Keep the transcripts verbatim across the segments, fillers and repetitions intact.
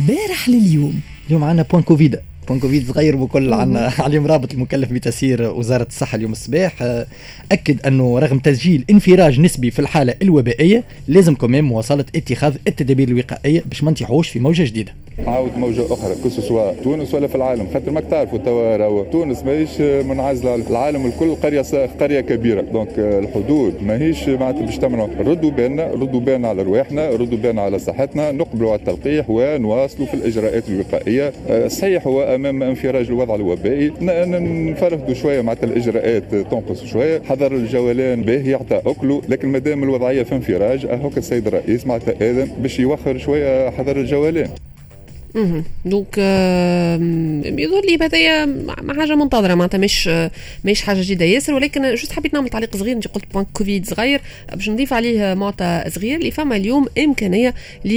البارح لليوم. اليوم عنا بوان كوفيد بوان كوفيد صغير بكل عنا عليهم رابط المكلف بتسيير وزارة الصحة اليوم الصباح أكد أنه رغم تسجيل انفراج نسبي في الحالة الوبائية لازم كمان مواصلة اتخاذ التدابير الوقائية باش ما نطيحوش في موجة جديدة. عاود موجة أخرى كسوا تونس ولا في العالم، خاطر ما تعرفوا توا تونس ماهيش منعزلة العالم الكل، قرية قرية كبيرة، دونك الحدود ماهيش معناتها باش تعملوا. ردوا بالنا ردوا بالنا على رواحنا، ردوا بالنا على صحتنا، نقبلوا على التلقيح ونواصلوا في الإجراءات الوقائية. صحيح هو أمام انفراج الوضع الوبائي نفرهدوا شوية معناتها الإجراءات تنقص شوية، حذر الجولان به يعطى أكله، لكن مادام الوضعية في انفراج أهوك السيد الرئيس معناتها آذن باش يوخر شوية حذر الجولان. اها دونك يظهر لي هذايا حاجه منتظره معناتها مش مش حاجه جديده ياسر، ولكن جست حبيت نعمل تعليق صغير. انت قلت بوان كوفيد صغير باش نضيف عليه معطى صغير اللي فما اليوم امكانيه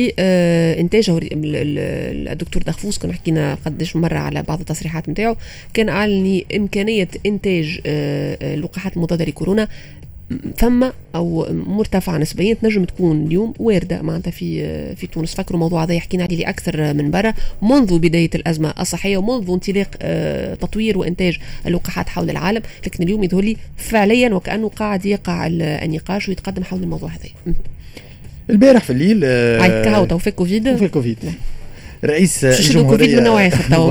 لانتاج الدكتور دخفوس. كنا حكينا قداش مره على بعض التصريحات نتاعو، كان اعلني امكانيه انتاج اللقاحات المضاده لكورونا فما او مرتفعه نسبيا تنجم تكون اليوم وارده معناتها في في تونس. فكروا الموضوع هذا حكينا عليه اكثر من برا منذ بدايه الازمه الصحيه ومنذ انطلاق تطوير وانتاج اللقاحات حول العالم، لكن اليوم يظهر لي فعليا وكانه قاعد يقع النقاش ويتقدم حول الموضوع هذا. البارح في الليل هاي توفيق كوفيد توفيق كوفيد رئيس الجمهورية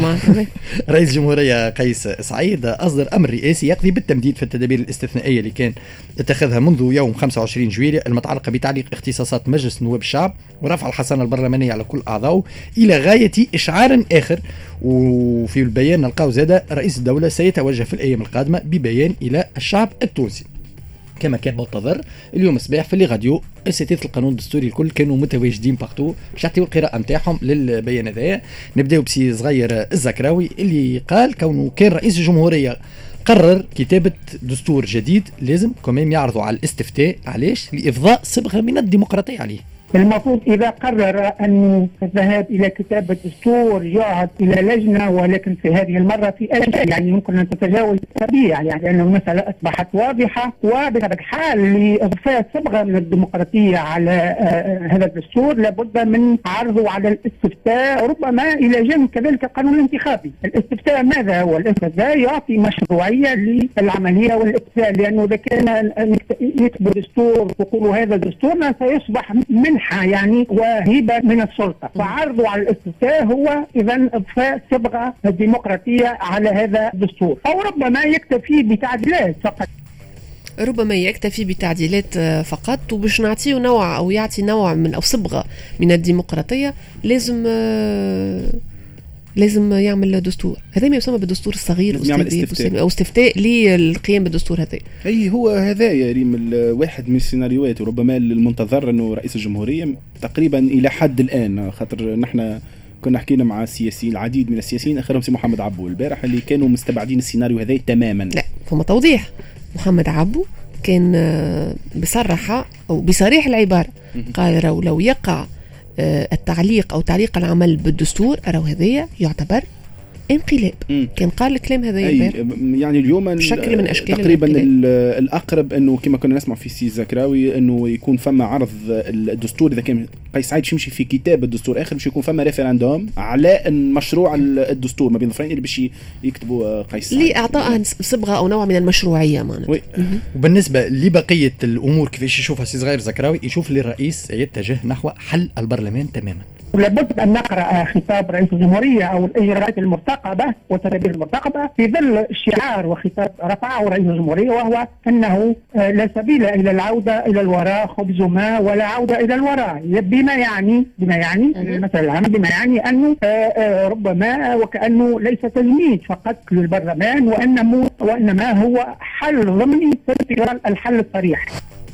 رئيس الجمهورية قيس سعيد أصدر أمر رئاسي يقضي بالتمديد في التدابير الاستثنائية اللي كان اتخذها منذ يوم خمسة وعشرين جويلية المتعلقة بتعليق اختصاصات مجلس نواب الشعب ورفع الحصانة البرلمانية على كل أعضائه إلى غاية إشعار آخر. وفي البيان نلقاو زادة رئيس الدولة سيتوجه في الأيام القادمة ببيان إلى الشعب التونسي كما كان منتظر. اليوم الصباح في اللي غاديو اساتذه القانون الدستوري الكل كانوا متواجدين باغتو باش يعطيو القراءه نتاعهم للبيان هذايا. نبداو بسي صغير الزكراوي اللي قال كونه كان رئيس الجمهوريه قرر كتابه دستور جديد لازم كمان يعرضوا على الاستفتاء. علاش؟ لافضاء صبغه من الديمقراطيه عليه. المفروض إذا قرر أن الذهاب إلى كتابة دستور يعهد إلى لجنة، ولكن في هذه المرة في أجل يعني يمكن أن تتجاوز الطبيعة يعني لأن المسألة أصبحت واضحة، وبطبيعة الحال لإضفاء صبغة من الديمقراطية على آه هذا الدستور لابد من عرضه على الاستفتاء ربما إلى جانب كذلك القانون الانتخابي. الاستفتاء ماذا هو؟ الاستفتاء يعطي مشروعية للعملية والاستفتاء، لأنه إذا كان يكتب دستور ويقولوا هذا دستورنا سيصبح من يعني وهيبة من السلطة، فعرضه على الاستفتاء هو إذن إضفاء صبغة الديمقراطية على هذا الدستور، أو ربما يكتفي بتعديلات فقط ربما يكتفي بتعديلات فقط. وباش نعطيه نوع أو يعطي نوع من أو صبغة من الديمقراطية لازم لازم يعمل دستور. هذا ما يسمى بالدستور الصغير استفتاء. او استفتاء للقيام بالدستور هذا. اي هو هذا يريم واحد من السيناريوهات وربما المنتظر انه رئيس الجمهوريه تقريبا الى حد الان، خاطر نحن كنا حكينا مع السياسيين العديد من السياسيين اخرهم سي محمد عبو البارح اللي كانوا مستبعدين السيناريو هذا تماما. لا فما توضيح. محمد عبو كان بصراحه او بصريح العباره قال لو لو يقع التعليق أو تعليق العمل بالدستور أرى هذا يعتبر انقلاب. مم. كان قال الكلام هذا يعني اليوم شكل من أشكال تقريبا الأقرب أنه كما كنا نسمع في سي زكراوي أنه يكون فما عرض الدستور إذا كان قيس سعيد يمشي في كتاب الدستور آخر باش يكون فما ريفراندوم على مشروع الدستور ما بين الفريقين اللي باش يكتبوا قيس سعيد لإعطاء صبغة أو نوع من المشروعية معنا. وبالنسبة لبقية الأمور كيفاش يشوفها سي صغير زكراوي يشوف للرئيس يتجه نحو حل البرلمان تماما. لابد أن نقرأ خطاب رئيس الجمهورية أو الإجراءات المرتقبة والتدابير المرتقبة في ظل شعار وخطاب رفعه رئيس الجمهورية وهو أنه لا سبيل إلى العودة إلى الوراء خبز ما ولا عودة إلى الوراء، بما يعني بما يعني المثل العام بما يعني أنه ربما وكأنه ليس تجميد فقط للبرلمان وإنما وإنما هو حل ضمني في الحل الصريح.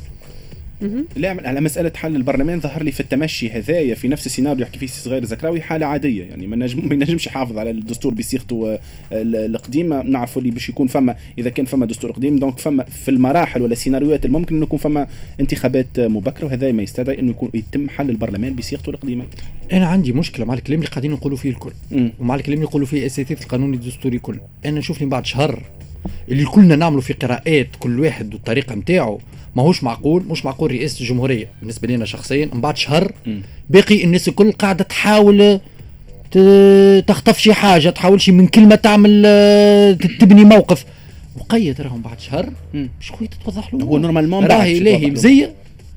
لا على مسألة حل البرلمان ظهر لي في التمشي هذايا في نفس السيناريو يحكي فيه صغير زكراوي حالة عادية يعني ما نجم ما نجمش يحافظ على الدستور بصيغته القديمة. نعرفوا اللي باش يكون فما إذا كان فما دستور قديم دونك فما في المراحل ولا السيناريوهات الممكن إنه يكون فما انتخابات مبكرة وهذا ما يستدعي إنه يكون يتم حل البرلمان بصيغته القديمة. أنا عندي مشكلة مع الكلام اللي قاعدين نقولوا فيه الكل م. ومع الكلام اللي يقولوا فيه أساتذة القانون الدستوري كل. أنا نشوف لي بعد شهر اللي كلنا نعملوا في قراءات كل واحد والطريقة متاعه ما هوش معقول. مش معقول رئاسة الجمهورية بالنسبة لنا شخصيا من بعد شهر م. باقي الناس الكل قاعدة تحاول تخطف شي حاجه، تحاولش من كلمه تعمل تبني موقف. وقيد راهم بعد شهر شكون توضح له هو نورمالمون راهي لاهي مزيه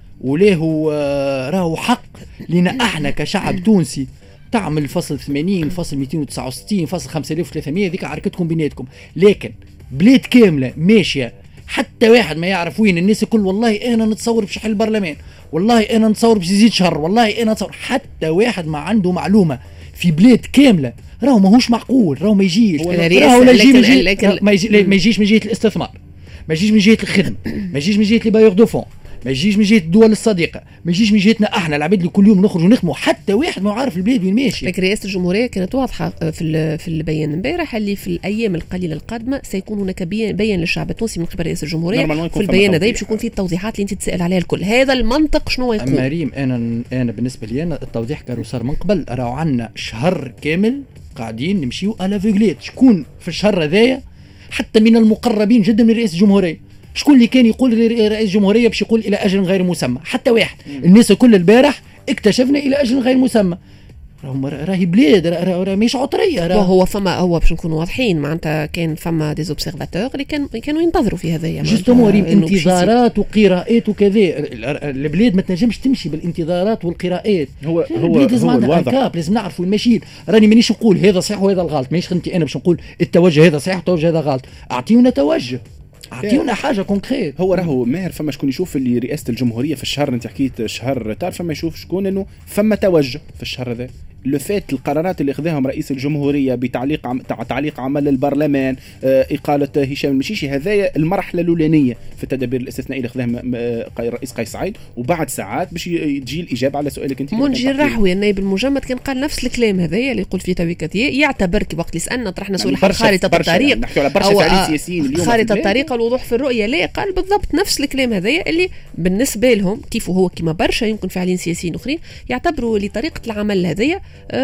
وله راهو حق لنا احنا كشعب تونسي تعمل فصل ثمانين فصل مئتين وتسعة وستين فصل خمسة آلاف وثلاثمئة ذيك عركتكم بيناتكم، لكن بلاد كامله ماشيه حتى واحد ما يعرف وين الناس الكل والله انا نتصور باش يحل البرلمان، والله انا نتصور باش يزيد شهر، والله انا نتصور، حتى واحد ما عنده معلومه في بلاد كامله راهو ماهوش معقول، راهو ما يجيش راهو لا يجي لكن, لكن ما يجيش ما يجيش من جهه الاستثمار، ما يجيش من جهه الخدمه، ما يجيش من جهه لي بايور دو فون، ما يجيش من جهه الدول الصديقه، ما يجيش من جهتنا احنا العباد اللي كل يوم نخرجوا نخدموا، حتى واحد ما عارف البلاد وين ماشي. لكن رئاسه الجمهوريه كانت واضحه في في البيان امبارح اللي في الايام القليله القادمه سيكون هناك بيان للشعب التونسي من قبل رئاسه الجمهوريه، في البيان هذا باش يكون فيه التوضيحات اللي انت تسال عليها الكل. هذا المنطق شنو يقول؟ مريم انا انا بالنسبه لي انا التوضيح كانوا صار من قبل، راهو عندنا شهر كامل قاعدين نمشيو على فيغليت. شكون في الشهر هذايا حتى من المقربين جدا من رئيس الجمهوريه؟ شكون اللي كان يقول رئيس الجمهوريه باش يقول الى اجل غير مسمى؟ حتى واحد. الناس كل البارح اكتشفنا الى اجل غير مسمى. راهي بلاد راه مش عطريه راه هو فما هو باش نكونوا واضحين معناتها كان فما دي زوبسيرفاتور اللي كانوا كانوا ينتظروا في هذايا جوستومون انتظارات وقراءات وكذا. البلاد ما تنجمش تمشي بالانتظارات والقراءات. هو هو لازم هو الواضح لازم نعرفوا الماشيين. راني مانيش نقول هذا صحيح وهذا الغلط، مانيش خنتي انا باش نقول التوجه هذا صحيح والتوجه هذا غلط. اعطيونا توجه، اعطيونا حاجه كونكريت. هو راهو ماهر فما شكون يشوف اللي رئاسه الجمهوريه في الشهر انت حكيت شهر تعرف فما يشوف شكون انه فما توجه في الشهر هذا. لو فات القرارات اللي اخذاهم رئيس الجمهوريه بتعليق عم... تعليق عمل البرلمان، آه، اقاله هشام المشيشي، هذايا المرحله الاولانيه في التدابير الاستثنائيه اللي اخذاهم الرئيس قيس سعيد، وبعد ساعات باش تجي الاجابه على سؤالك انت. منجي الرحوي النائب المجمد كان قال نفس الكلام هذايا اللي يقول فيه توي كثير، يعتبر وقت اللي سالنا طرحنا سؤال حول خارطه الطريق، نحكي على برشا فعاليين سياسيين اليوم خارطه الطريق والوضوح في الرؤيه. لا قال بالضبط نفس الكلام هذايا اللي بالنسبه لهم كيف هو كما برشا يمكن فعاليين سياسيين اخرين يعتبروا لطريقه العمل هذايا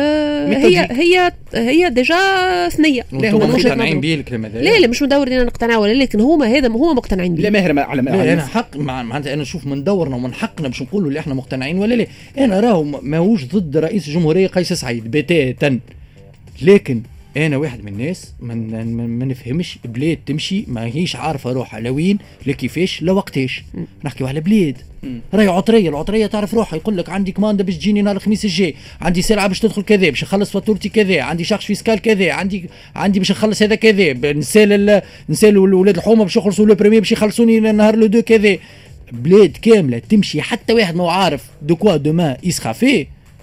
آه هي هي هي ديجا ثنيه. لا هو مقتنعين به الكلام هذا. لا لا مش مدور لنا نقتنع ولا، لكن هما هذا هو مقتنعين به. لا ماهر على ما انا حق معناتها انا نشوف من دورنا ومن حقنا باش نقولوا اللي احنا مقتنعين ولا لا. انا راهو ماهوش ضد رئيس الجمهوريه قيس سعيد بتاتا، لكن انا واحد من الناس ما ما نفهمش بلاد تمشي ما هيش عارفه روحها لوين لكيفاش لوقتاش. نحكيو على بلاد راهي عطريه، العطريه تعرف روحها، يقول لك عندي كماندا باش تجيني نهار الخميس الجاي، عندي سلعه باش تدخل كذا، باش نخلص فاتورتي كذا، عندي شخص فيسكال كذا، عندي عندي باش نخلص هذا كذا، نسال نسال اولاد الحومه باش يخلصوا لو بريمير باش يخلصوني نهار لو دو كذا. بلاد كامله تمشي حتى واحد ما عارف دو كوا دوما يسخافي.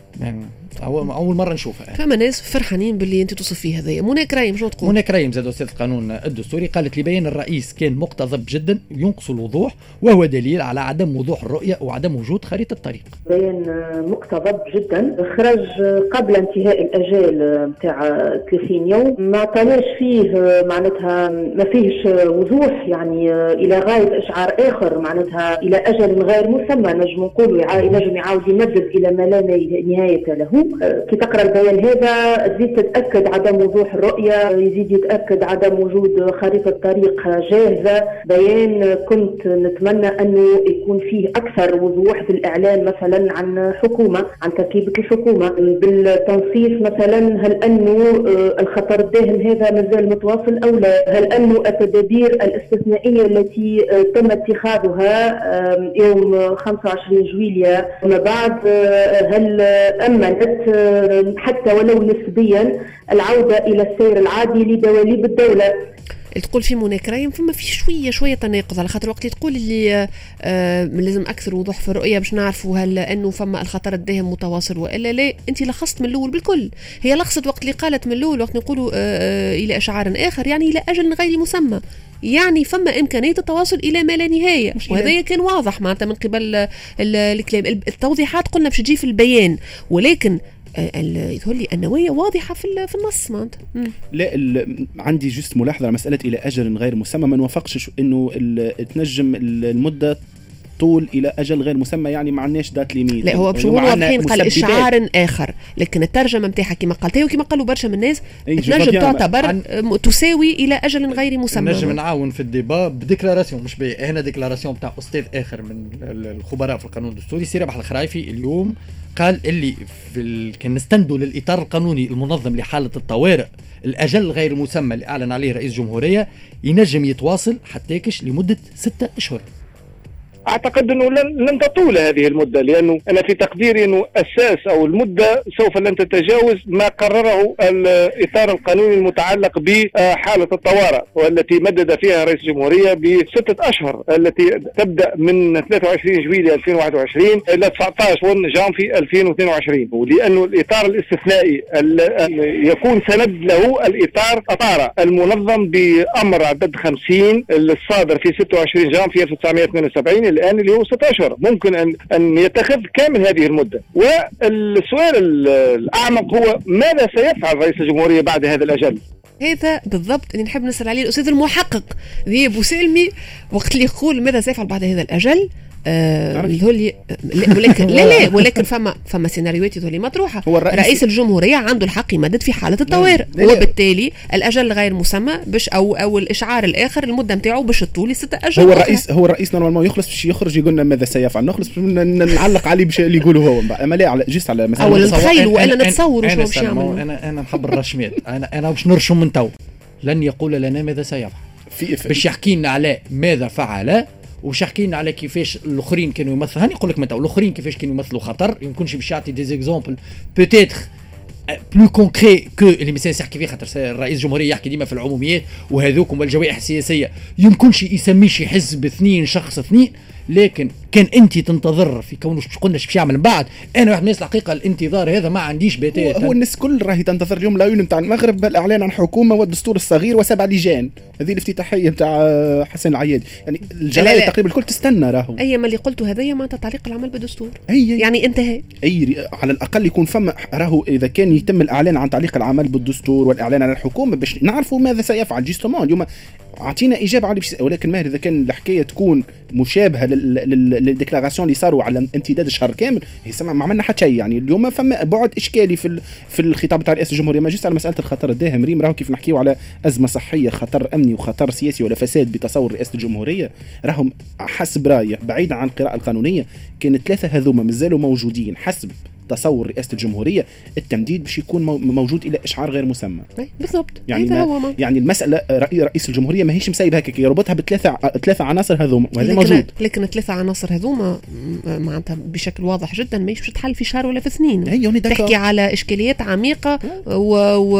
اول مره نشوفها. فما ناس فرحانين باللي انت توصف فيه هذايا. منى كرايم شنو تقول؟ منى كرايم زاد استاذ القانون الدستوري قالت لي بيان الرئيس كان مقتضب جدا ينقص الوضوح وهو دليل على عدم وضوح الرؤيه وعدم وجود خريطه الطريق. بيان مقتضب جدا خرج قبل انتهاء الاجال نتاع ثلاثين يوم، ما عطاناش فيه معناتها ما فيهش وضوح يعني الى غايه اشعار اخر معناتها الى اجل غير مسمى نجم نقولوا ينجم يعاود يمدد الى ما لا نهايه له. كي تقرا البيان هذا تزيد تتاكد عدم وضوح الرؤيه، يزيد يتاكد عدم وجود خريطه طريق جاهزه. بيان كنت نتمنى انه يكون فيه اكثر وضوح في الاعلان مثلا عن حكومه، عن تركيبه الحكومه، بالتنصيص مثلا هل انه الخطر الداهم هذا مازال متواصل او لا، هل انه التدابير الاستثنائيه التي تم اتخاذها يوم خمسة وعشرين جويلية وما بعد هل امنت حتى ولو نسبيا العودة إلى السير العادي لدواليب الدولة. تقول في منى كرايم فما في شويه شويه تناقض، على خاطر وقت اللي تقول اللي آه لازم اكثر وضوح في الرؤيه باش نعرفوا هل انه فما الخطر الداهم متواصل والا لا. انت لخصت من الاول بالكل، هي لخصت وقت اللي قالت من الاول وقت نقولوا آه الى اشعار اخر يعني الى اجل غير مسمى، يعني فما امكانيه التواصل الى ما لا نهايه، وهذا كان واضح معناتها من قبل الكلام. التوضيحات قلنا باش تجي في البيان، ولكن يظهر لي النوايا واضحه في في النص معناتها. لا عندي جست ملاحظه على مساله الى اجل غير مسمى، ما نوافقش انه تنجم المده طول الى اجل غير مسمى، يعني ما عندناش دات ليميت. لا هو باش نقولوا واضحين، قال اشعار اخر، لكن الترجمه نتاعها كما قلت وكما قالوا برشا من الناس تنجم تعتبر عن... تساوي الى اجل غير مسمى. نجم نعاون في الديبا بديكلاراسيون، مش بي هنا ديكلاراسيون تاع استاذ اخر من الخبراء في القانون الدستوري سي ربح الخرايفي اليوم، قال اللي في ال... كان نستندوا للاطار القانوني المنظم لحاله الطوارئ الاجل غير مسمى اللي اعلن عليه رئيس الجمهوريه ينجم يتواصل حتى كش لمده ستة اشهر. اعتقد انه لن, لن تطول هذه المده، لانه انا في تقديري انه اساس او المده سوف لن تتجاوز ما قرره الاطار القانوني المتعلق بحاله الطوارئ، والتي مدد فيها رئيس الجمهوريه بسته اشهر التي تبدا من ثلاثة وعشرين جويلية ألفين وواحد وعشرين الى تسعة عشر جانفي ألفين واثنين وعشرين، ولانه الاطار الاستثنائي يكون سند له الاطار اطار المنظم بامر عدد خمسين الصادر في ستة وعشرين جانفي ألف وتسعمائة واثنين وسبعين الآن اللي هو ستة أشهر، ممكن أن أن يتخذ كامل هذه المدة. والسؤال الأعمق هو ماذا سيفعل رئيس الجمهورية بعد هذا الأجل؟ هذا بالضبط اللي نحب نسأل عليه الأستاذ المحقق ذي بوسلمي وقت اللي يقول ماذا سيفعل بعد هذا الأجل. آه اللي ولكن لا لا ولكن فما فما سيناريوهات اللي مطروحه. رئيس الجمهوريه عنده الحق يمدد في حاله الطوارئ، وبالتالي الاجل غير مسمى باش او او الاشعار الاخر المده نتاعو باش تطول ستة اشهر. هو الرئيس هو الرئيس نورمالمون يخلص باش يخرج يقول لنا ماذا سيفعل، نخلص نعلق عليه باش اللي يقولوا هو، اما لا على جست على مثلا او نتخيل والا نتصور شنو باش يعمل. انا انا نحب الرشمات، انا انا باش نرشم من تو لن يقول لنا ماذا سيفعل، باش يحكي لنا على ماذا فعل وش حكينا على كيفاش الاخرين كانوا يمثلوا. هاني نقول لك متى الاخرين كيفاش كانوا يمثلوا خطر، يمكنش باش يعطي دي زيكزامبل بوتيتر بلو كونكري كو اللي مثلا يحكي فيه، خاطر الرئيس الجمهوريه يحكي ديما في العموميات وهذوكم والجوائح السياسيه يمكنش يسمي شي حزب اثنين شخص اثنين، لكن كان انت تنتظر في كونه باش قلنا باش يعمل من بعد. انا واحد من الناس الحقيقه الانتظار هذا ما عنديش بتاتا. هو, هو الناس كل راهي تنتظر اليوم العيون نتاع المغرب بالاعلان عن حكومه والدستور الصغير وسبع لجان، هذه الافتتاحيه نتاع حسن العيادي، يعني الجرايد تقريبا الكل تستنى راهو. اي ما اللي قلته هذايا معناتها تعليق العمل بالدستور، أي يعني انتهى. اي على الاقل يكون فما راهو اذا كان يتم الاعلان عن تعليق العمل بالدستور والاعلان عن الحكومه باش نعرفوا ماذا سيفعل جيستومون. اليوم اعطينا اجابه على، ولكن ماهر اذا كان الحكايه تكون مشابهه للديكلاراسيون اللي صاروا على امتداد الشهر كامل، هي سمع ما عملنا حتى شيء. يعني اليوم فما بعد اشكالي في في الخطاب تاع رئيس الجمهوريه، ما جيش على مساله الخطر الداهم ريم، راهو كيف نحكيو على ازمه صحيه، خطر امني وخطر سياسي ولا فساد بتصور رئاسه الجمهوريه، راهم حسب رايه بعيدا عن القراءه القانونيه كان ثلاثه هذوما مازالوا موجودين حسب تصور رئاسة الجمهورية. التمديد باش يكون موجود إلى إشعار غير مسمى بالضبط. يعني ما يعني المسألة رئيس الجمهورية ما هيش مسايب هكاك، يربطها بثلاثة ثلاثة عناصر هذوما وهذا موجود. لكن الثلاثة عناصر هذوما معناتها بشكل واضح جدا ما يش تحل في شهر ولا في سنين. هي تحكي على إشكاليات عميقة و... و...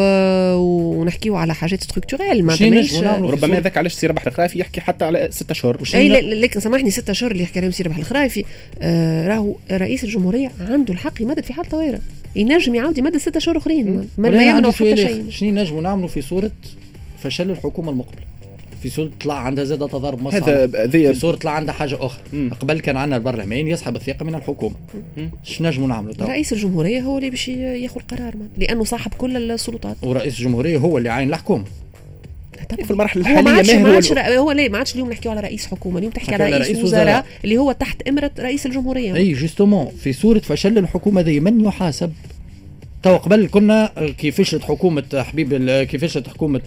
ونحكيو على حاجات ستركتورال ما مش ربما ذاك علاش سير بحر الخرافي يحكي حتى على ستة أشهر. أي لكن سامحني ستة أشهر اللي يحكي عليهم سير بحر الخرافي آه راهو رئيس الجمهورية عنده الحق يمدد في حال طوارئ، ينجم يعاود يمدد ستة شهور اخرين ما يعملوا حتى شيء. شنو نجموا نعملوا في صوره فشل الحكومه المقبله، في صوره طلع عندها زاده تضارب مصالح، في صوره طلع عندها حاجه اخرى. مم. قبل كان عندنا البرلمان يسحب الثقه من الحكومه، شنو نجموا نعملوا؟ رئيس الجمهوريه هو اللي باش ياخذ القرار لانه صاحب كل السلطات، ورئيس الجمهوريه هو اللي عاين الحكومه في المرحله الحاليه. ما عادش هو ليه ما عادش اليوم نحكيو على رئيس حكومه، اليوم تحكي على رئيس وزراء اللي هو تحت امره رئيس الجمهوريه. اي جوستومون في صوره فشل الحكومه ذي من يحاسب. تو قبل كنا كيفاش حكومه حبيب كيفاش حكومه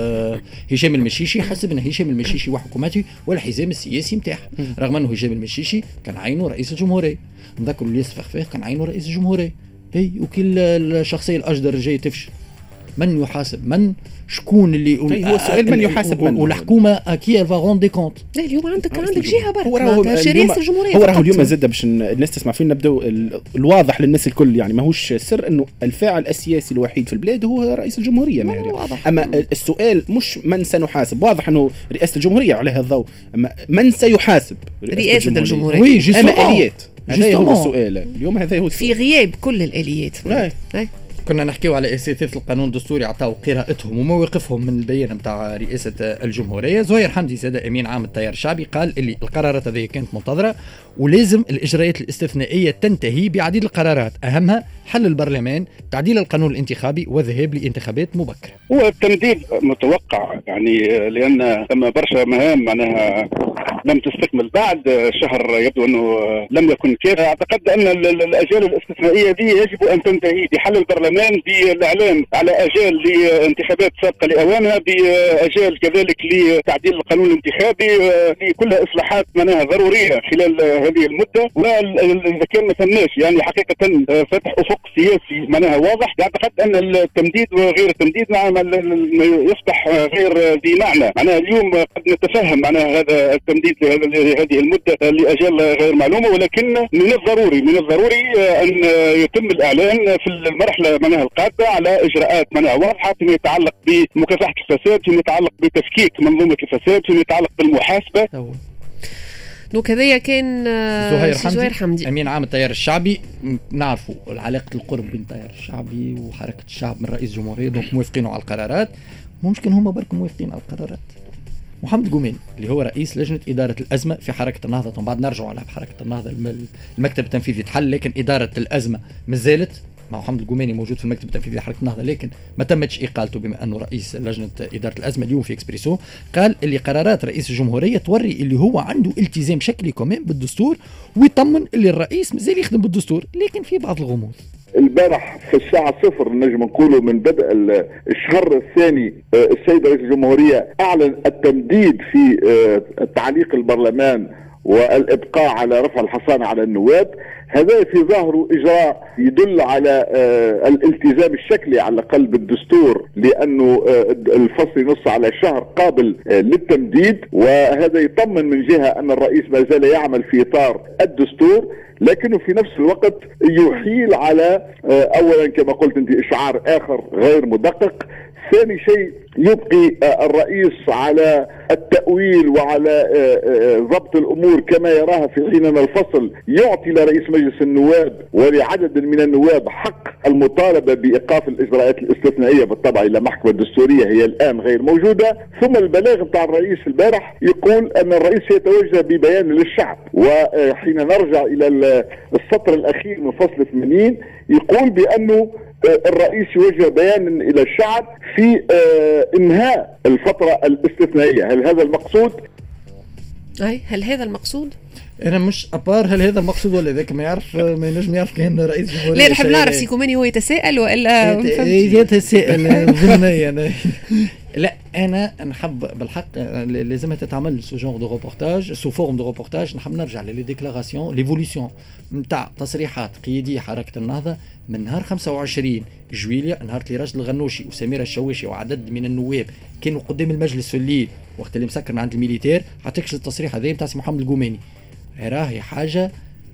هشام المشيشي حسبنا هشام المشيشي وحكومته والحزام السياسي نتاعها، رغم انه هشام المشيشي كان عينه رئيس الجمهوريه، نذكر اللي يصفخ فيه كان عينه رئيس الجمهوريه. اي وكل الشخصيه الاجدر جاي تفشل من يحاسب؟ من شكون اللي هو السؤال من يحاسب من؟ والحكومه كي فا غون دي كونت. لا اليوم عندك عندك جهه برك رئيس الجمهوريه. هو راهو اليوم زاد باش الناس تسمع فينا نبداو الواضح للناس الكل، يعني ماهوش سر انه الفاعل السياسي الوحيد في البلاد هو رئيس الجمهوريه. اما السؤال مش من سنحاسب، واضح انه رئاسه الجمهوريه عليها الضوء، اما من سيحاسب رئاسه الجمهوريه؟ وي اما اليات، هذا هو السؤال اليوم، هذا هو في غياب كل الاليات. كنا نحكيو على اساسات القانون الدستوري عطاو قراءتهم وموقفهم من البيان نتاع رئاسه الجمهوريه. زهير حمدي ساده امين عام التيار الشعبي قال اللي القرارات هذه كانت منتظره ولازم الاجراءات الاستثنائيه تنتهي بعديد القرارات، اهمها حل البرلمان، تعديل القانون الانتخابي والذهاب لانتخابات مبكره. هو التمديد متوقع يعني لان ثم برشا مهام معناها لم تستكمل بعد، شهر يبدو انه لم يكن كافي. اعتقد ان الاجال الاستثنائيه دي يجب ان تنتهي بحل البرلمان بالاعلان على اجال لانتخابات سابقه لاوانها، باجال كذلك لتعديل القانون الانتخابي، لكلها اصلاحات معناها ضروريه خلال هذه المده. واذا كان ما ثماش يعني حقيقه فتح افق سياسي معناها واضح، اعتقد ان التمديد وغير التمديد نعم يصبح غير ذي معنى. معناها اليوم قد نتفهم معناها هذا التمديد لهذه المده لاجال غير معلومه، ولكن من الضروري من الضروري ان يتم الاعلان في المرحله معناها القادمه على اجراءات معناها واضحه فيما يتعلق بمكافحه الفساد، فيما يتعلق بتفكيك منظومه الفساد، فيما يتعلق بالمحاسبه. دونك هذايا كان زهير حمدي, زهير حمدي امين عام التيار الشعبي. نعرفوا علاقه القرب بين التيار الشعبي وحركه الشعب من رئيس الجمهوريه، دونك موافقين على القرارات. ممكن هم برك موافقين على القرارات. محمد القوماني اللي هو رئيس لجنه اداره الازمه في حركه النهضه، طبعا بعد نرجعوا على حركه النهضه المكتب التنفيذي تحل، لكن اداره الازمه ما زالت مع محمد القوماني موجود في المكتب التنفيذي لحركه النهضه، لكن ما تمتش اقالته بما انه رئيس لجنه اداره الازمه. اليوم في اكسبريسو قال اللي قرارات رئيس الجمهوريه توري اللي هو عنده التزام شكلي كمان بالدستور، ويطمن اللي الرئيس مازال يخدم بالدستور، لكن في بعض الغموض. البارح في الساعة صفر نجم نقوله من بدء الشهر الثاني السيد رئيس الجمهورية أعلن التمديد في تعليق البرلمان والإبقاء على رفع الحصانة على النواب. هذا في ظاهره إجراء يدل على الالتزام الشكلي على الأقل بالدستور، لأنه الفصل ينص على شهر قابل للتمديد، وهذا يطمن من جهة أن الرئيس ما زال يعمل في إطار الدستور، لكنه في نفس الوقت يحيل على أولا كما قلت أنت إشعار آخر غير مدقق. ثاني شيء يبقي الرئيس على التأويل وعلى ضبط الأمور كما يراها، في حين أن الفصل يعطي لرئيس مجلس النواب ولعدد من النواب حق المطالبة بإيقاف الإجراءات الاستثنائية بالطبع إلى محكمة الدستورية هي الآن غير موجودة. ثم البلاغ بتاع الرئيس البارح يقول أن الرئيس يتوجه ببيان للشعب، وحين نرجع إلى السطر الأخير من فصل ثمانين يقول بأنه الرئيس يوجه بيان إلى الشعب في إنهاء الفترة الاستثنائية. هل هذا المقصود؟ أي هل هذا المقصود؟ أنا مش أبار هل هذا المقصود ولا ذاك ما يعرف ما ينجم يعرف كأن رئيس جمهورية. لا نحب نعرف سيكوماني هو يتساءل وإلا يتساءل ظنيا. لا أنا نحب بالحق لازمها تتعمل سو جونغ دو روبورتاج سو فورم دو روبورتاج. نحب نرجع للي ديكلاراسيون ليفوليسيون نتاع تصريحات قيادية حركة النهضة من نهار خمسة وعشرين جويليا، نهار اللي راجل الغنوشي وسميرة الشواشي وعدد من النواب كانوا قدام المجلس في الليل وقت اللي مسكر من عند الميليتير. حتكش التصريح هذا نتاع محمد القوماني راهي حاجة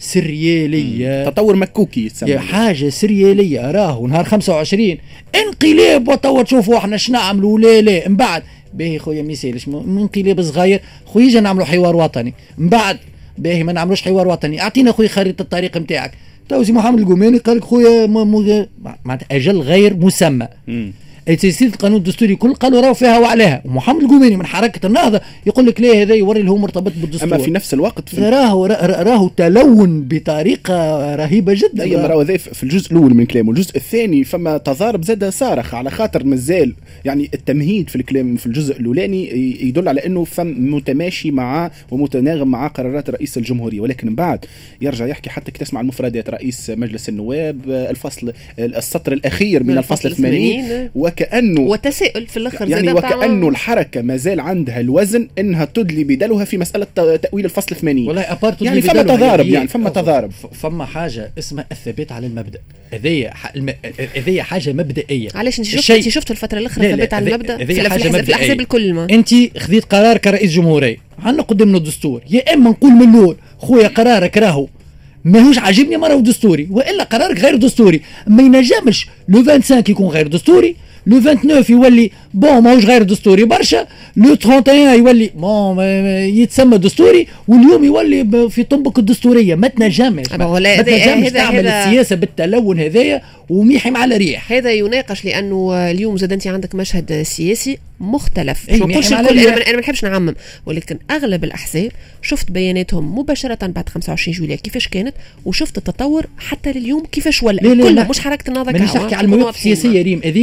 سريالية، تطور مكوكي يا حاجة سريالية. راهو نهار خمسة وعشرين انقلاب وتوا تشوفوا احنا شنعملوا لا لا من بعد باهي خويا ميسالش انقلاب صغير خويا جا نعملوا حوار وطني من بعد باهي ما نعملوش حوار وطني. اعطينا خويا خريطة الطريق نتاعك. توزي محمد القوماني قال لك خويا معناتها اجل غير مسمى. تيسير القانون الدستوري كل قالوا راهو فيها وعليها، ومحمد القوماني من حركه النهضه يقول لك لا هذا يوري له مرتبط بالدستور. اما في نفس الوقت في راهو راهو تلون بطريقه رهيبه جدا. اي راهو ذا في الجزء الاول من كلامه. الجزء الثاني فما تضارب زاد صارخ على خاطر مازال يعني التمهيد في الكلام في الجزء الاولاني يدل على انه فم متماشي مع ومتناغم مع قرارات رئيس الجمهوريه، ولكن من بعد يرجع يحكي حتى كي تسمع المفردات رئيس مجلس النواب الفصل السطر الاخير من الفصل الثمانين وكأنه وتساؤل في الاخر يعني وكأنه الحركه ما زال عندها الوزن انها تدلي بدلها في مساله تأويل الفصل الثمانين. والله ابارت يعني فما تضارب يعني فما تضارب فما حاجه اسمها الثبات على المبدا. هذه هذه حاجه مبدئيه. علاش انت شفت انت شفت الفتره الاخيره الثبات على المبدا في الاحزاب الكل. ما انت خذيت قرار كرئيس جمهوريه عندنا قدامنا الدستور، يا اما نقول من الاول خويا قرارك راهو ماهوش عاجبني ما راهو دستوري، والا قرارك غير دستوري. ما ينجمش لو خمسة وعشرين يكون غير دستوري، لو تسعة وعشرين يولي بون ماهوش غير دستوري برشا، لو واحد وثلاثين يولي بون يتسمى دستوري، واليوم يولي في طنبك الدستوريه. ما تنجمش ما تنجمش تعمل السياسه بالتلون هذايا وميحي مع الريح. هذا يناقش لانه اليوم زاد انت عندك مشهد سياسي مختلف. مش نقولش الكل، انا ما نحبش نعمم، ولكن اغلب الاحزاب شفت بياناتهم مباشره بعد خمسة وعشرين جويلية كيفاش كانت، وشفت التطور حتى لليوم كيفاش ولا كلها مش حركه النهضه. مانيش نحكي على المواقف السياسيه ريم هذيك تنجم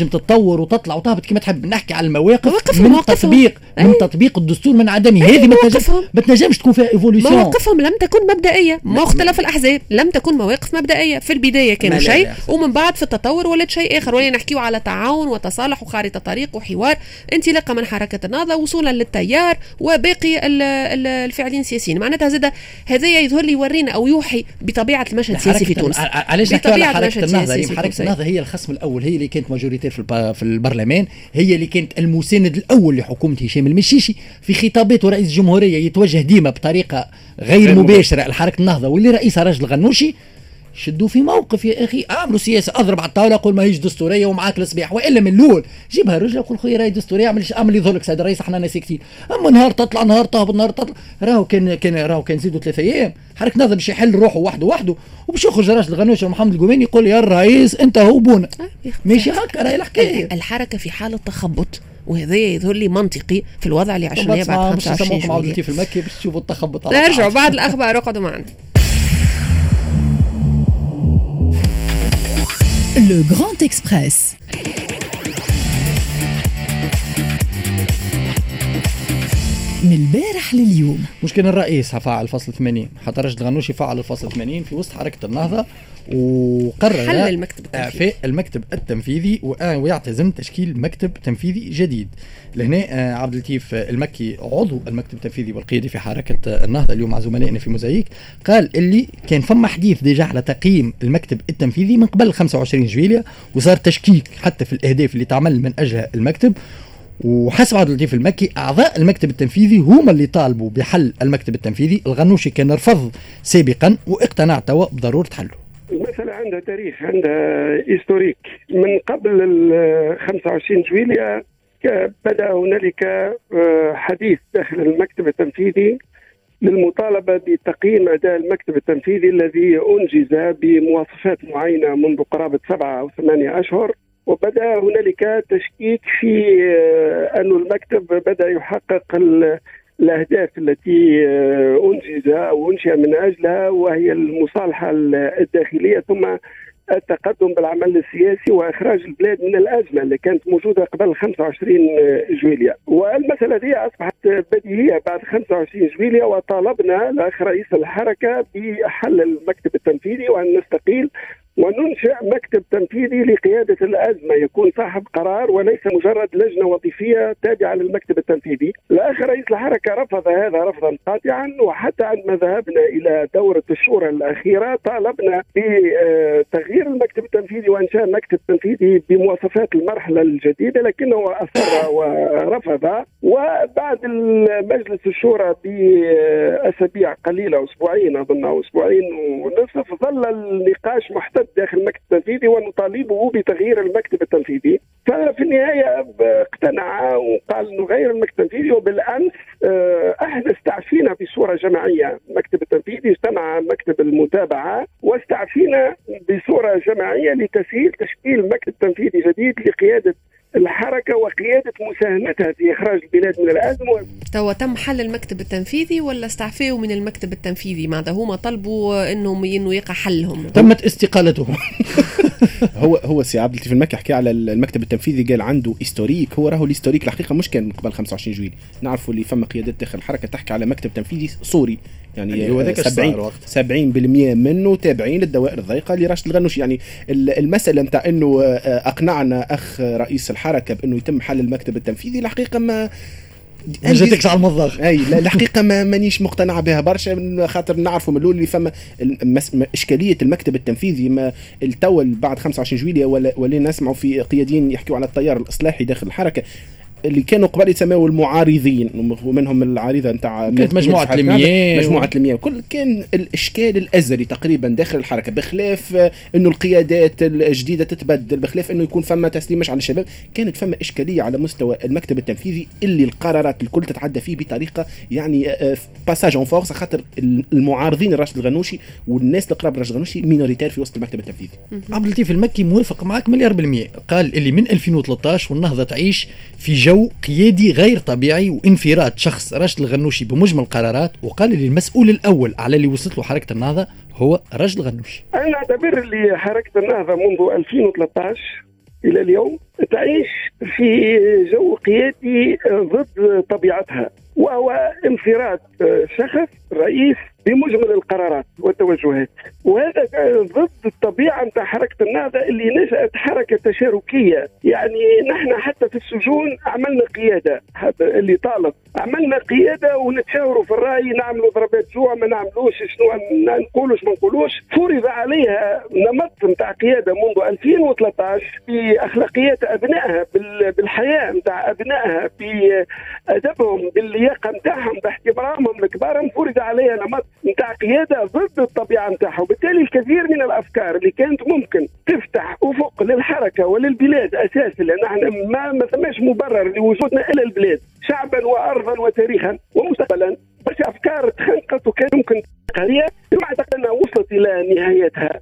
تنجم تتطور وتطلع وتهبط كما تحب. نحكي على المواقف من تطبيق من تطبيق الدستور من عدمه، هذه ما تنجمش تكون فيها ايفوليوشن. مواقفهم لم تكن مبدئيه، مختلف الاحزاب لم تكن مواقف مبدئيه. في البدايه كانوا شيء ومن بعد في التطور ولد شيء اخر، ولا نحكيو على تعاون وتصالح وخارطه طريق وحوار انطلاقا من حركه النهضه وصولا للتيار وباقي الفاعلين السياسيين. معناتها زاد هذا يظهر لي يورينا او يوحي بطبيعه المشهد السياسي في تونس. علاش بطبيعه حركه النهضه؟ حركه النهضه هي الخصم الاول، هي اللي كانت ماجوريتير في في البرلمان، هي اللي كانت المساند الاول لحكومه هشام المشيشي. في خطاباته رئيس الجمهوريه يتوجه ديما بطريقه غير مباشره لحركه النهضه واللي رئيسها راجل غنوشي. شدوا في موقف يا اخي، اعملوا سياسه، اضرب على الطاوله قول ما هيش دستوريه ومعاك الصباح، والا من الاول جيبها رجل قول خويا راهي دستوريه، اعمل اعمل يظهرلك سيد الرئيس احنا ناس ساكتين. اما نهار تطلع نهار تهبط نهار تطلع، راهو كان كان راهو كان زيدوا ثلاثة ايام حركه النهضه باش يحل روحه وحده وحده وباش يخرج راجل الغنوشي ومحمد القوماني يقول يا الرئيس انت هو بونا. ماشي هكا راهي الحكايه. الحركه في حاله تخبط، وهذا يظهر لي منطقي في الوضع اللي عشناه بعد خمسة وعشرين جويلية. في المكي باش تشوفوا التخبط. نرجعوا بعد الاخبار، اقعدوا معنا. Le Grand Express. من البارح لليوم. مشكلة الرئيس فعل فصل ثمانين، حتى رشد الغنوشي فعل الفصل ثمانين في وسط حركة النهضة، وقرر حل المكتب إعفاء المكتب التنفيذي ويعتزم تشكيل مكتب تنفيذي جديد. لهنا عبد اللطيف المكي عضو المكتب التنفيذي والقيادي في حركة النهضة اليوم مع زملائنا في موزايك قال اللي كان فما حديث ديجا على تقييم المكتب التنفيذي من قبل خمسة وعشرين جويلية، وصار تشكيك حتى في الأهداف اللي تعمل من أجلها المكتب. وحسب عبد اللطيف المكي أعضاء المكتب التنفيذي هم اللي طالبوا بحل المكتب التنفيذي، الغنوشي كان رفض سابقا واقتنع توا بضرورة حله. المسألة عندها تاريخ، عندها هيستوريك. من قبل ال خمسة وعشرين جويلية بدأ هنالك حديث داخل المكتب التنفيذي للمطالبة بتقييم أداء المكتب التنفيذي الذي أنجز بمواصفات معينة منذ قرابة سبعة أو ثمانية أشهر، وبدأ هنالك تشكيك في أن المكتب بدأ يحقق الأهداف التي أنجز أو أنشئ من أجلها، وهي المصالحة الداخلية ثم التقدم بالعمل السياسي وإخراج البلاد من الأزمة اللي كانت موجودة قبل خمسة وعشرين جويلية. والمسألة دي أصبحت بديهية بعد خمسة وعشرين جويلية، وطالبنا الأخ رئيس الحركة بحل المكتب التنفيذي وأن نستقيل وننشئ مكتب تنفيذي لقيادة الأزمة يكون صاحب قرار وليس مجرد لجنة وظيفية تابعة للمكتب التنفيذي. الأخ رئيس الحركة رفض هذا رفضا قاطعا، وحتى عندما ذهبنا إلى دورة الشورى الأخيرة طالبنا بتغيير المكتب التنفيذي وإنشاء مكتب تنفيذي بمواصفات المرحلة الجديدة، لكنه أصر ورفض. وبعد مجلس الشورى بأسابيع قليلة، أسبوعين أظن أو أسبوعين ونصف، ظل النقاش محتد داخل المكتب التنفيذي ونطالبه بتغيير المكتب التنفيذي. ففي النهاية اقتنع وقال نغير المكتب التنفيذي. وبالأمس احنا استعفينا بصورة جماعية المكتب التنفيذي، اجتمع مكتب المتابعة واستعفينا بصورة جماعية لتسهيل تشكيل مكتب تنفيذي جديد لقيادة الحركة وقيادة مساهمتها في إخراج البلاد من الأزمة. توا تم حل المكتب التنفيذي ولا استعفاوا من المكتب التنفيذي؟ ماذا هما طلبوا إنهم إنه يقع حلهم؟ تمت استقالتهم. هو هو سي عبد اللطيف المكي حكى على المكتب التنفيذي، قال عنده هيستوريك. هو راهو الهيستوريك الحقيقة مش كان قبل خمسة وعشرين جويلية. نعرفوا اللي فما قيادات داخل الحركة تحكي على مكتب تنفيذي صوري، يعني سبعين بالمئة منه تابعين للدوائر الضيقة اللي راشد الغنوشي. يعني المسألة متاع إنه أقنعنا أخ رئيس الحركة بأنه يتم حل المكتب التنفيذي، الحقيقة ما جاتكش على المضاق. اي لا الحقيقه ما مانيش مقتنع بها برشا، خاطر نعرفوا من الاول اللي فما اشكاليه المكتب التنفيذي. ما التول بعد خمسة وعشرين جويلية ولا ولا نسمعوا في قياديين يحكوا على التيار الاصلاحي داخل الحركه اللي كانوا قبل يسموا المعارضين، ومنهم العارضه نتاع مجموعه المياه مجموعه المياه كل كان الاشكال الازلي تقريبا داخل الحركه، بخلاف انه القيادات الجديده تتبدل، بخلاف انه يكون فما تسليم مش على الشباب. كانت فما اشكاليه على مستوى المكتب التنفيذي اللي القرارات الكل تتعدى فيه بطريقه يعني باساج اون فورس، خاطر المعارضين راشد الغنوشي والناس القراب لراشد الغنوشي مينوريتير في وسط المكتب التنفيذي. عبد اللطيف المكي موافق معك مليار بالمية، قال اللي من ألفين وثلاثة عشر والنهضه تعيش في جو قيادي غير طبيعي وانفراد شخص راشد الغنوشي بمجمل القرارات، وقال لي المسؤول الأول على اللي وصلت له حركة النهضة هو راشد الغنوشي. أنا أعتبر اللي حركة النهضة منذ ألفين وثلاثة عشر إلى اليوم تعيش في جو قيادي ضد طبيعتها، وهو انفراد شخص رئيس بمجمل القرارات والتوجهات، وهذا ضد الطبيعة نتاع حركة النهضة اللي نشأت حركة تشاركية. يعني نحن حتى في السجون عملنا قيادة، هذا اللي طالب عملنا قيادة ونتشاوروا في الرأي، نعملوا ضربات جوع ما نعملوش، شنو نقولوش ما نقولوش. فرض عليها نمط نتاع قيادة منذ ألفين وثلاثة عشر بأخلاقيات أبنائها، بالحياة نتاع أبنائها، بأدبهم، باللياقة نتاعهم، باحترامهم لكبارهم. فرض عليها نمط نتاع قيادة ضد الطبيعة نتاعها، وبالتالي الكثير من الأفكار اللي كانت ممكن تفتح أفق للحركة وللبلاد أساسا، لأن احنا ما ما ثماش مبرر لوجودنا إلى البلاد شعبا وأرضا وتاريخا ومستقبلا، بس أفكار تخنقت وكان ممكن قرية ما أعتقد أنها وصلت إلى نهايتها.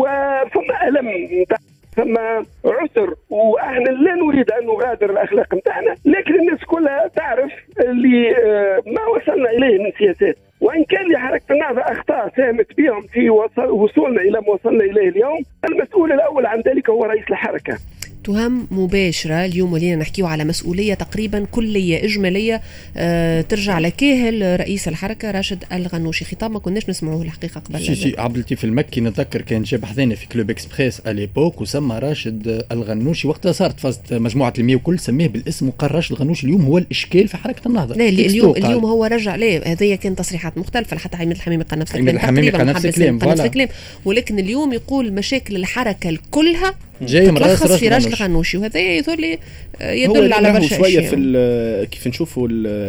وفما ألم نتاع ثم عسر، واحنا لا نريد ان نغادر الاخلاق نتاعنا، لكن الناس كلها تعرف اللي ما وصلنا اليه من سياسات، وان كان لحركه النهضه اخطاء ساهمت بهم في وصولنا الى ما وصلنا اليه اليوم، المسؤول الاول عن ذلك هو رئيس الحركه. تهم مباشرة اليوم ولينا نحكيه على مسؤولية تقريبا كلية إجمالية أه ترجع لكاهل رئيس الحركة راشد الغنوشي. خطاب ما كناش نسمعوه الحقيقة قبل. سي سي عبد اللطيف المكي نتذكر كان جاب حذانا في كلوب اكسبريس اليبوك وسمى راشد الغنوشي وقتها صارت فازت مجموعة المية وكل سميه بالاسم، وقال راشد الغنوشي اليوم هو الإشكال في حركة النهضة. لا اليوم اليوم هو رجع ليه، هذه كانت تصريحات مختلفة، حتى عميد الحميمي قال نفس الكلام تقريبا، نفس الكلام، ولكن اليوم يقول مشاكل الحركة كلها تلخص في راشد الغنوشي، وهذا يظهر لي يدل على برشا شويه في كيف نشوفوا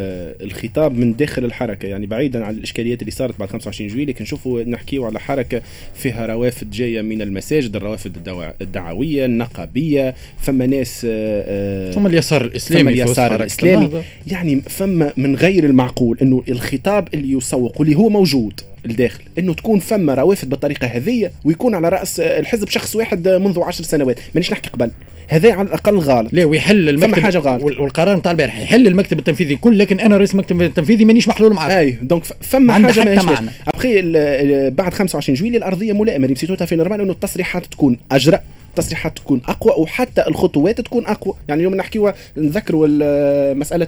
الخطاب من داخل الحركه، يعني بعيدا عن الاشكاليات اللي صارت بعد خمسة وعشرين جويلية، نشوفوا نحكيوا على حركه فيها روافد جايه من المساجد، الروافد الدعويه النقابيه، فما ناس ثم اليسار الاسلامي، اليسار الاسلامي، يعني فما من غير المعقول انه الخطاب اللي يسوق واللي هو موجود الداخل انه تكون فما روافد بالطريقه هذه، ويكون على راس الحزب شخص واحد منذ عشر سنوات. مانيش نحكي قبل، هذا على الاقل غلط. لا ويحل المكتب حاجه غلط، والقرار نتاع البارح يحل المكتب التنفيذي كل، لكن انا رئيس المكتب التنفيذي مانيش محلول معاه. اي دونك فما حاجه ماشي معنا. ابخي بعد خمسة وعشرين جويلية الارضيه ملائمه لمسيتوتها في نورمال انه التصريحات تكون اجرأ، التصريحات تكون اقوى، وحتى الخطوات تكون اقوى. يعني اليوم نحكيوا نذكروا مساله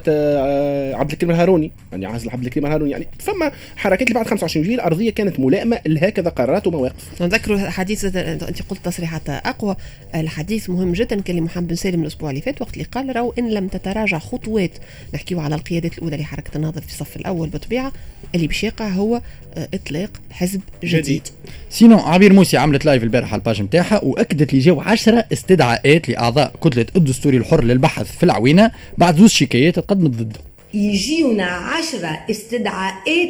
عبد الكريم الهاروني، يعني عازل عبد الكريم الهاروني، يعني فما حركات اللي بعد خمسة وعشرين جويلية الارضيه كانت ملائمه لهكذا قرارات ومواقف. نذكروا حديث انت قلت تصريحات اقوى، الحديث مهم جدا كان محمد بن سالم الاسبوع اللي فات وقت اللي قال راهو ان لم تتراجع خطوات، نحكيوا على القيادات الاولى لحركه النهضه في الصف الاول بطبيعه اللي باش يقع هو اطلاق حزب جديد, جديد. سينو عبير موسي عملت لايف البارحه على الباج نتاعها واكدت لي جاو عشرة استدعاءات لاعضاء كتله الدستوري الحر للبحث في العوينه بعد زوج شكايات تقدمت ضده. يجيونا عشرة استدعاءات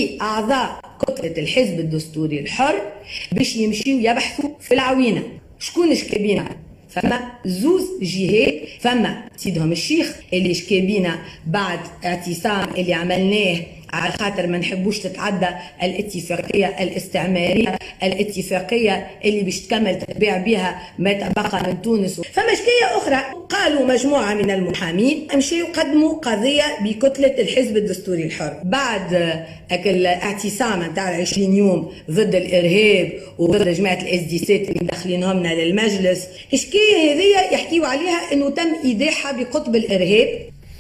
لأعضاء كتلة الحزب الدستوري الحر باش يمشيوا يبحثوا في العوينة. شكون شكابينا؟ فما زوز جهات، فما سيدهم الشيخ اللي شكابينا بعد اعتصام اللي عملناه على خاطر ما نحبوش تتعدى الاتفاقية الاستعمارية، الاتفاقية اللي باش تكمل تتبع بها ما تبقى من تونس. فما شكاية أخرى، قالوا مجموعة من المحامين مشيوا قدموا قضية بكتلة الحزب الدستوري الحر بعد الاعتصام نتاع عشرين يوم ضد الإرهاب وضد جماعة الاس دي سي اللي مدخلينهمنا للمجلس. الشكاية هذه يحكيوا عليها انه تم ايداعها بقطب الإرهاب.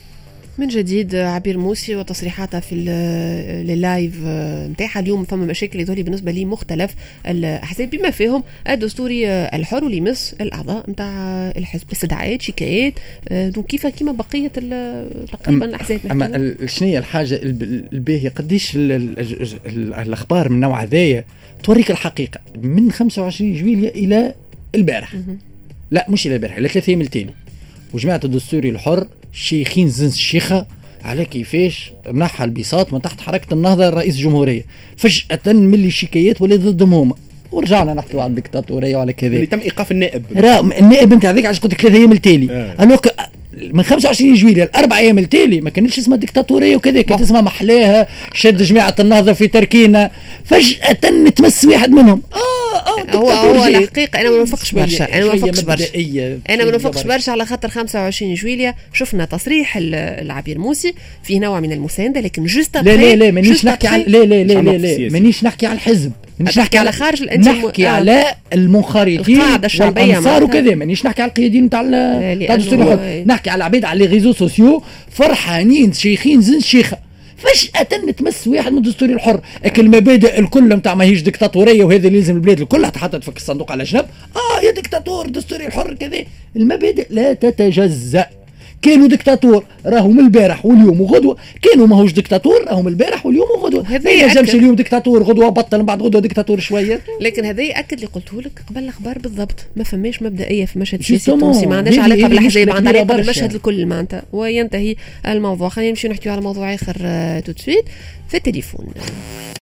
من جديد عبير موسي وتصريحاتها في اللايف نتاعها اليوم. فما مشاكل يظهر بالنسبه لي مختلف الاحزاب بما فيهم الدستوري الحر واللي يمس الاعضاء نتاع الحزب، استدعاءات، شكايات، دونك كيف كيما بقيه تقريبا الاحزاب. اما شنو هي الحاجه الباهيه قديش الاخبار من نوع هذايا توريك الحقيقه من خمسة وعشرين جويلية الى البارح، لا مش الى البارح، الى ثلاثة ايام التالي، وجماعه الدستوري الحر شيخين زنس الشيخة على كيفاش نحى البساط من تحت حركة النهضة رئيس الجمهورية فجأة ملي الشكايات ولا ضدهم هما، ورجعنا نحكي على الدكتاتورية وعلى كذا اللي تم إيقاف النائب را النائب نتاع ذيك عشان قلت لك ثلاثة أيام التالي آه. ألوك من خمسة وعشرين جويلية الأربع أيام التالي ما كانتش اسمها دكتاتورية وكذا، كانت اسمها محلاها شد جماعة النهضة في تركينا، فجأة تمس واحد منهم آه آه هو هو الحقيقة أنا ما نوافقش برشا، أنا ما نوافقش برشا أنا ما نوافقش برشا على خاطر خمسة وعشرين جويلية شفنا تصريح العبير موسى فيه نوع من المساندة، لكن جوست لا لا لا مانيش نحكي عن لا لا لا لا مانيش نحكي عن الحزب، مش نحكي على خارج الانتي نحكي آه. على المنخرطين والانصار وكذا، مانيش نحكي على القياديين نتاع الدستور الحر، نحكي على العباد على لي ريزو سوسيو فرحانين شيخين زين شيخه فجأة تمس واحد من الدستور الحر، اكل المبادئ الكل نتاع ماهيش ديكتاتوريه وهذا اللي لازم البلاد الكل تحطت في الصندوق على جنب. اه يا ديكتاتور دستوري الحر كذا، المبادئ لا تتجزأ. كانوا ديكتاتور راهم البارح واليوم وغدوه، كانوا ماهوش ديكتاتور راهم البارح واليوم وغدوه. ما ينجمش اليوم ديكتاتور غدوه بطل بعد غدوه ديكتاتور شويه. لكن هذا ياكد اللي قلته لك قبل الاخبار بالضبط، ما فماش مبدئيه في المشهد السياسي التونسي، ما عندهاش علاقه بالاحزاب، عندها علاقه بالمشهد الكل معناتها. وينتهي الموضوع. خلينا نمشي نحكي على موضوع اخر تو سويت في التليفون.